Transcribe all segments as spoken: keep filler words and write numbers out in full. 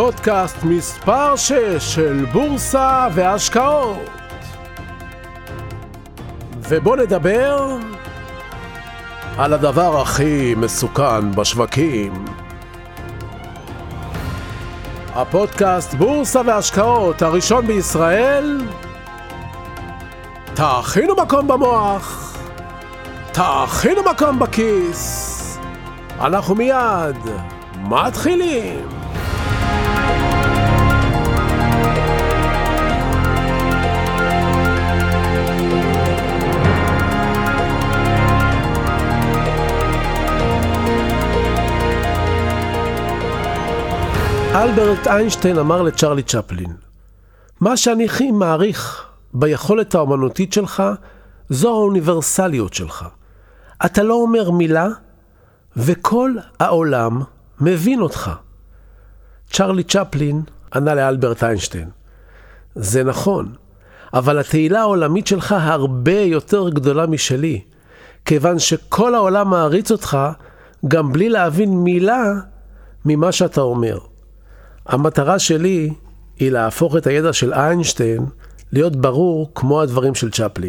פודקאסט מספר שש של בורסה והשקעות. ובוא נדבר על הדבר הכי מסוכן בשווקים. הפודקאסט בורסה והשקעות הראשון בישראל. תאכינו מקום במוח, תאכינו מקום בכיס. אנחנו מיד מתחילים. אלברט איינשטיין אמר לצ'רלי צ'פלין, מה שאני הכי מעריך ביכולת האומנותית שלך, זו האוניברסליות שלך. אתה לא אומר מילה, וכל העולם מבין אותך. צ'רלי צ'פלין ענה לאלברט איינשטיין, זה נכון, אבל התהילה העולמית שלך הרבה יותר גדולה משלי, כיוון שכל העולם מעריץ אותך, גם בלי להבין מילה ממה שאתה אומר. המטרה שלי היא להפוך את הידע של איינשטיין להיות ברור כמו הדברים של צ'פלין.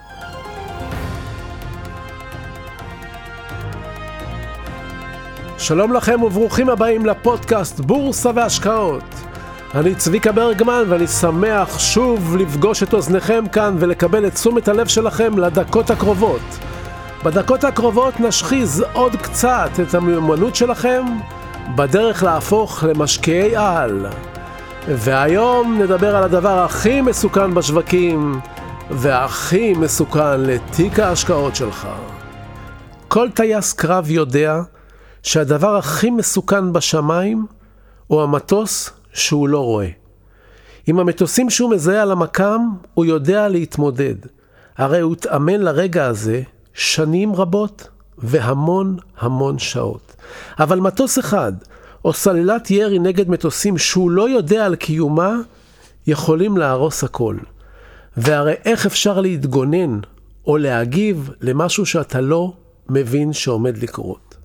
שלום לכם וברוכים הבאים לפודקאסט בורסה והשקעות. אני צביקה ברגמן ואני שמח שוב לפגוש את אוזניכם כאן ולקבל את תשומת הלב שלכם לדקות הקרובות. בדקות הקרובות נשחיז עוד קצת את המיומנות שלכם בדרך להפוך למשקיעי על. והיום נדבר על הדבר הכי מסוכן בשווקים והכי מסוכן לתיק ההשקעות שלך. כל טייס קרב יודע שהדבר הכי מסוכן בשמיים הוא המטוס שהוא לא רואה. עם המטוסים שהוא מזהה על המקם הוא יודע להתמודד. הרי הוא תאמן לרגע הזה שנים רבות והמון המון שעות. אבל מטוס אחד או סלילת ירי נגד מטוסים שהוא לא יודע על קיומה יכולים להרוס הכל. והרי איך אפשר להתגונן או להגיב למשהו שאתה לא מבין שעומד לקרות?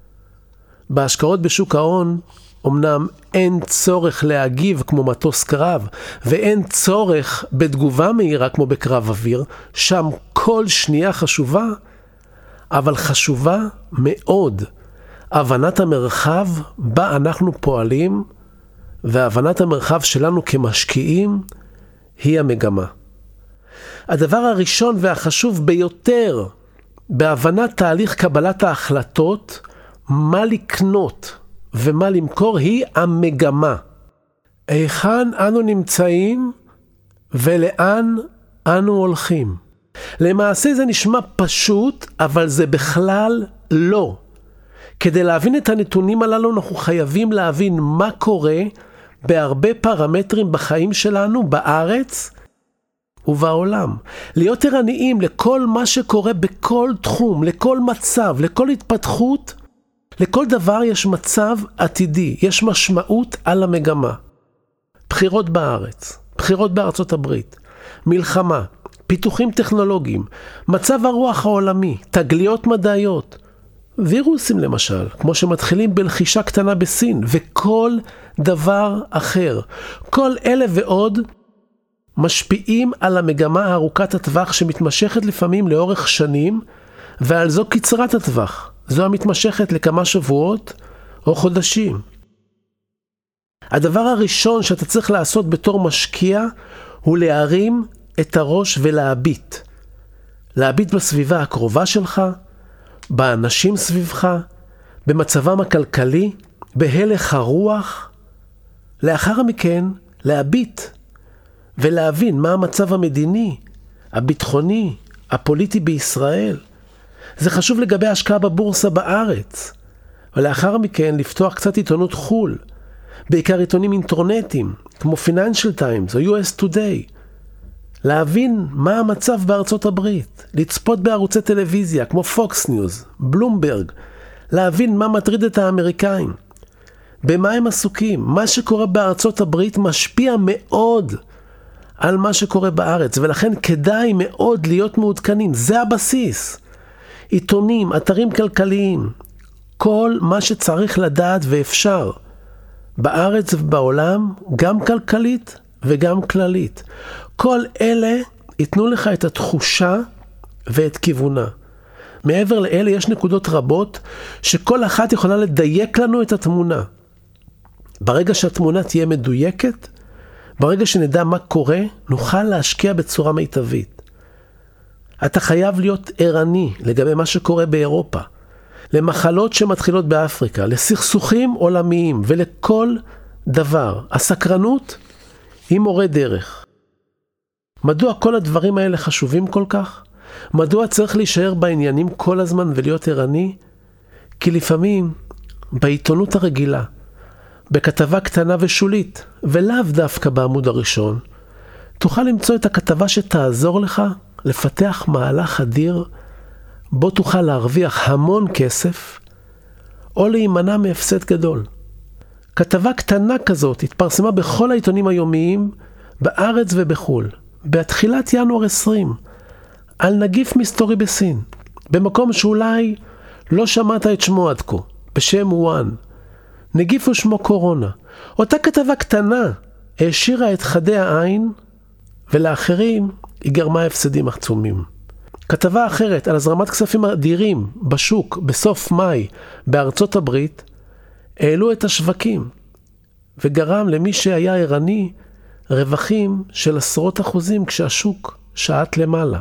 בהשקעות בשוק ההון אמנם אין צורך להגיב כמו מטוס קרב, ואין צורך בתגובה מהירה כמו בקרב אוויר, שם כל שנייה חשובה, אבל חשובה מאוד הבנת המרחב בה אנחנו פועלים, והבנת המרחב שלנו כמשקיעים היא המגמה. הדבר הראשון והחשוב ביותר בהבנת תהליך קבלת ההחלטות, מה לקנות ומה למכור, היא המגמה. היכן אנו נמצאים ולאן אנו הולכים. למעשה זה נשמע פשוט, אבל זה בכלל לא. כדי להבין את הנתונים הללו אנחנו חייבים להבין מה קורה בהרבה פרמטרים בחיים שלנו בארץ ובעולם. להיות ערניים לכל מה שקורה בכל תחום, לכל מצב, לכל התפתחות. לכל דבר יש מצב עתידי, יש משמעות על המגמה. בחירות בארץ, בחירות בארצות הברית, מלחמה, פיתוחים טכנולוגיים, מצב הרוח העולמי, תגליות מדעיות, וירוסים למשל, כמו שמתחילים בלחישה קטנה בסין, וכל דבר אחר. כל אלה ועוד משפיעים על המגמה ארוכת הטווח שמתמשכת לפעמים לאורך שנים, ועל זו קצרת הטווח. זו המתמשכת לכמה שבועות או חודשים. הדבר הראשון שאתה צריך לעשות בתור משקיע הוא להרים את הראש ולהביט. להביט בסביבה הקרובה שלך, באנשים סביבך, במצבם הכלכלי, בהלך הרוח. לאחר מכן להביט ולהבין מה המצב המדיני, הביטחוני, הפוליטי בישראל. זה חשוב לגבי השקעה בבורסה בארץ. ולאחר מכן לפתוח קצת עיתונות חול, בעיקר עיתונים אינטרנטיים, כמו Financial Times או יו אס Today. להבין מה המצב בארצות הברית, לצפות בערוצי טלוויזיה כמו Fox News, בלומברג, להבין מה מטריד את האמריקאים, במה הם עסוקים. מה שקורה בארצות הברית משפיע מאוד על מה שקורה בארץ, ולכן כדאי מאוד להיות מעודכנים. זה הבסיס. עיתונים, אתרים כלכליים, כל מה שצריך לדעת ואפשר בארץ ובעולם, גם כלכלית וגם כללית. כל אלה ייתנו לך את התחושה ואת כיוונה. מעבר לאלה יש נקודות רבות שכל אחת יכולה לדייק לנו את התמונה. ברגע שהתמונה תהיה מדויקת, ברגע שנדע מה קורה, נוכל להשקיע בצורה מיטבית. אתה חייב להיות ערני לגבי מה שקורה באירופה, למחלות שמתחילות באפריקה, לסכסוכים עולמיים ולכל דבר. הסקרנות היא מורה דרך. מדוע כל הדברים האלה חשובים כל כך? מדוע צריך להישאר בעניינים כל הזמן ולהיות ערני? כי לפעמים בעיתונות הרגילה, בכתבה קטנה ושולית, ולאו דווקא בעמוד הראשון, תוכל למצוא את הכתבה שתעזור לך לפתח מהלך אדיר, בו תוכל להרוויח המון כסף, או להימנע מהפסד גדול. כתבה קטנה כזאת התפרסמה בכל העיתונים היומיים, בארץ ובחול, בתחילת ינואר עשרים, על נגיף מסתורי בסין, במקום שאולי לא שמעת את שמו עד כה, בשם וואן. נגיף ושמו קורונה. אותה כתבה קטנה העשירה את חדי העין, ולאחרים היא גרמה הפסדים עצומים. כתבה אחרת על הזרמת כספים אדירים בשוק בסוף מאי בארצות הברית, העלו את השווקים, וגרם למי שהיה ערני רווחים של עשרות אחוזים כשהשוק שעט למעלה.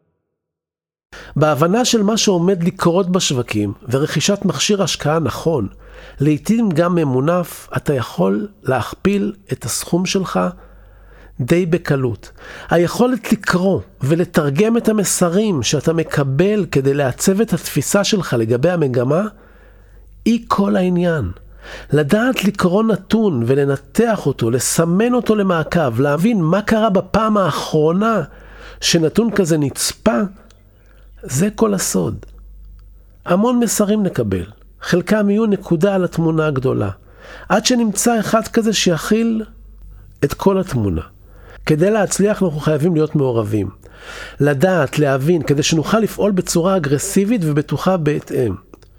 בהבנה של מה שעומד לקרות בשווקים ורכישת מכשיר השקעה נכון, לעתים גם ממונף, אתה יכול להכפיל את הסכום שלך די בקלות. היכולת לקרוא ולתרגם את המסרים שאתה מקבל כדי לעצב את התפיסה שלך לגבי המגמה, היא כל העניין. לדעת לקרוא נתון ולנתח אותו, לסמן אותו למעקב, להבין מה קרה בפעם האחרונה שנתון כזה נצפה, זה כל הסוד. המון מסרים נקבל, חלקם יהיו נקודה על התמונה הגדולה, עד שנמצא אחד כזה שיכיל את כל התמונה. כדי להצליח אנחנו חייבים להיות מעורבים, לדעת, להבין, כדי שנוכל לפעול בצורה אגרסיבית ובטוחה בהתאם.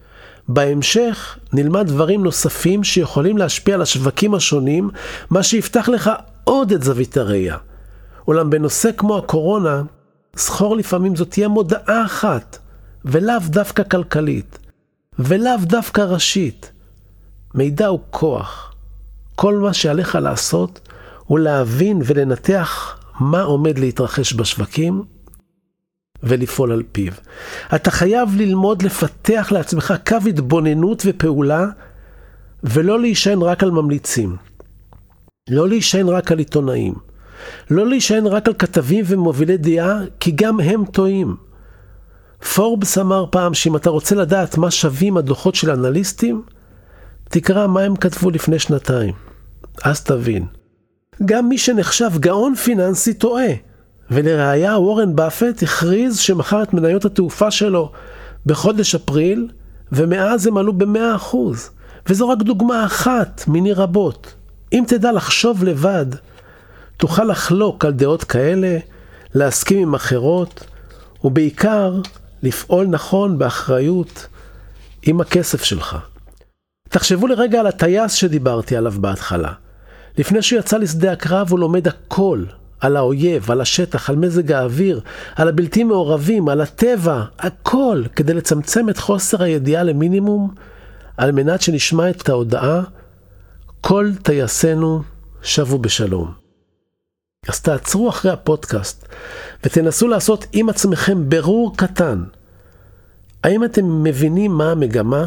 בהמשך נלמד דברים נוספים שיכולים להשפיע על השווקים השונים, מה שיפתח לך עוד את זווית הראייה. אולם בנושא כמו הקורונה, זכור לפעמים זאת תהיה מודעה אחת, ולאו דווקא כלכלית, ולאו דווקא ראשית. מידע הוא כוח. כל מה שעליך לעשות הוא להבין ולנתח מה עומד להתרחש בשווקים, ולפעול על פיו. אתה חייב ללמוד לפתח לעצמך קו התבוננות ופעולה, ולא להישען רק על ממליצים. לא להישען רק על עיתונאים. לא להישען רק על כתבים ומובילי דעה, כי גם הם טועים. פורבס אמר פעם שאם אתה רוצה לדעת מה שווים הדוחות של אנליסטים, תקרא מה הם כתבו לפני שנתיים. אז תבין. גם מי שנחשב גאון פיננסי טועה. ולראיה וורן באפט הכריז שמכר את מניות התעופה שלו בחודש אפריל, ומאז הם עלו ב-מאה אחוז. וזו רק דוגמה אחת מיני רבות. אם תדע לחשוב לבד, תוכל לחלוק על דעות כאלה, להסכים עם אחרות, ובעיקר לפעול נכון באחריות עם הכסף שלך. תחשבו לרגע על הטייס שדיברתי עליו בהתחלה. לפני שהוא יצא לשדה הקרב הוא לומד הכל, על האויב, על השטח, על מזג האוויר, על הבלתי מעורבים, על הטבע, הכל, כדי לצמצם את חוסר הידיעה למינימום, על מנת שנשמע את ההודעה, כל טייסנו שבו בשלום. אז תעצרו אחרי הפודקאסט, ותנסו לעשות עם עצמכם ברור קטן. האם אתם מבינים מה המגמה?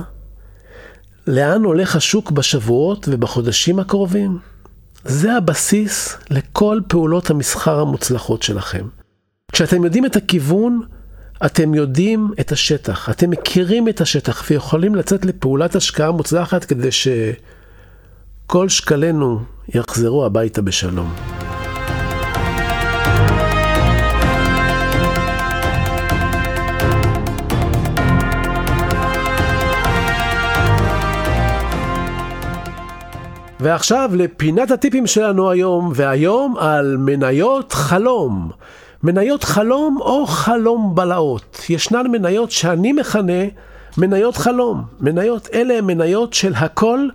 לאן הולך השוק בשבועות ובחודשים הקרובים? זה הבסיס לכל פעולות המסחר המוצלחות שלכם. כשאתם יודעים את הכיוון, אתם יודעים את השטח, אתם מכירים את השטח ויכולים לצאת לפעולת השקעה מוצלחת כדי שכל שקלנו יחזרו הביתה בשלום. ועכשיו לפינת הטיפים שלנו היום, והיום על מניות חלום. מניות חלום או חלום בלעות. ישנן מניות שאני מכנה מניות חלום. מניות אלה הן מניות של הכל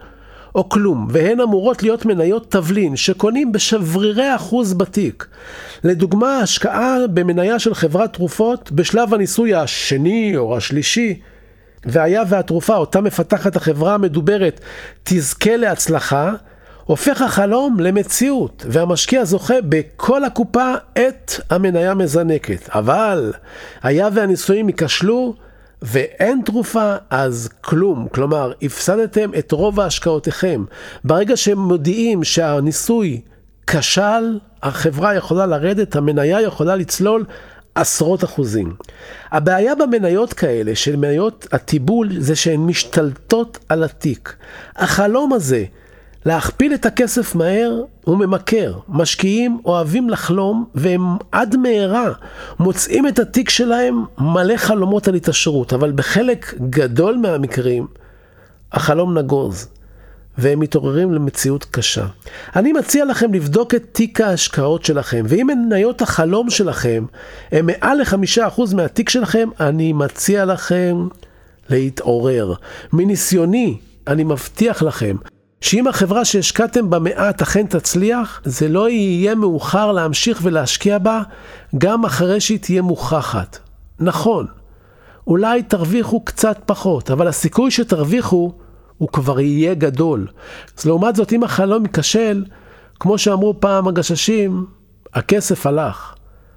או כלום, והן אמורות להיות מניות תבלין שקונים בשברירי אחוז בתיק. לדוגמה, השקעה במניה של חברת תרופות בשלב הניסוי השני או השלישי, והיה והתרופה אותה מפתחת החברה המדוברת תזכה להצלחה, הופך החלום למציאות, והמשקיע זוכה בכל הקופה את המניה מזנקת. אבל היה והניסויים ייכשלו ואין תרופה, אז כלום. כלומר, הפסדתם את רוב ההשקעותיכם. ברגע שהם מודיעים שהניסוי כשל, החברה יכולה לרדת, המניה יכולה לצלול עשרות אחוזים. הבעיה במניות כאלה, של מניות הטיבול, זה שהן משתלטות על התיק. החלום הזה, להכפיל את הכסף מהר, הוא ממכר. משקיעים אוהבים לחלום, והם עד מהרה מוצאים את התיק שלהם מלא חלומות על התעשרות, אבל בחלק גדול מהמקרים, החלום נגוז, והם מתעוררים למציאות קשה. אני מציע לכם לבדוק את תיק ההשקעות שלכם, ואם מניות החלום שלכם הם מעל לחמישה אחוז מהתיק שלכם, אני מציע לכם להתעורר. מניסיוני, אני מבטיח לכם, שאם החברה שהשקעתם במעט אכן תצליח, זה לא יהיה מאוחר להמשיך ולהשקיע בה, גם אחרי שהיא תהיה מוכחת. נכון, אולי תרוויחו קצת פחות, אבל הסיכוי שתרוויחו הוא כבר יהיה גדול. אז לעומת זאת, אם החלום ייכשל, כמו שאמרו פעם הגששים, הכסף הלך.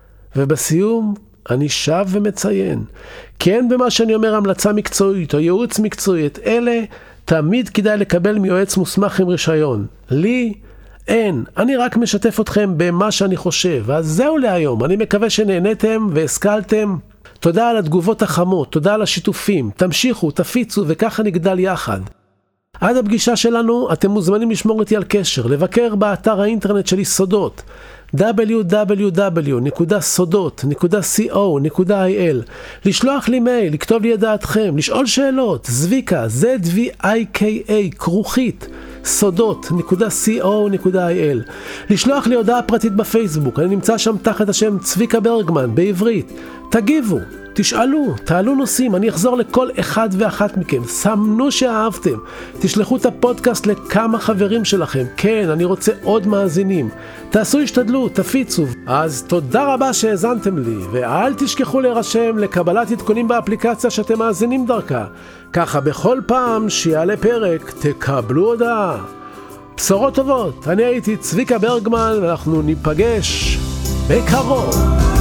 ובסיום, אני שב ומציין, כן במה שאני אומר המלצה מקצועית או ייעוץ מקצועי, את אלה תמיד כדאי לקבל מיועץ מוסמך עם רישיון. לי אין, אני רק משתף אתכם במה שאני חושב. אז זהו להיום, אני מקווה שנהניתם והשכלתם. תודה על התגובות החמות, תודה על השיתופים, תמשיכו, תפיצו וככה נגדל יחד. עד הפגישה שלנו אתם מוזמנים לשמור איתי על קשר, לבקר באתר האינטרנט שלי סודות, דאבליו דאבליו דאבליו נקודה סודות נקודה קו נקודה איי אל, לשלוח לי מייל, לכתוב לי את דעתכם, לשאול שאלות, זוויקה, זד וי איי קיי איי, כרוכית, סודות נקודה קו נקודה איי אל, לשלוח לי הודעה פרטית בפייסבוק, אני נמצא שם תחת השם צביקה ברגמן, בעברית, תגיבו, תשאלו, תעלו נושאים, אני אחזור לכל אחד ואחת מכם, סמנו שאהבתם, תשלחו את הפודקאסט לכמה חברים שלכם, כן, אני רוצה עוד מאזינים, תעשו השתדלות, תפיצו. אז תודה רבה שהאזנתם לי, ואל תשכחו להירשם לקבלת עדכונים באפליקציה שאתם מאזינים דרכה, ככה בכל פעם שיעלה פרק תקבלו הודעה. בשורות טובות, אני הייתי צביקה ברגמן, ואנחנו ניפגש בקרוב.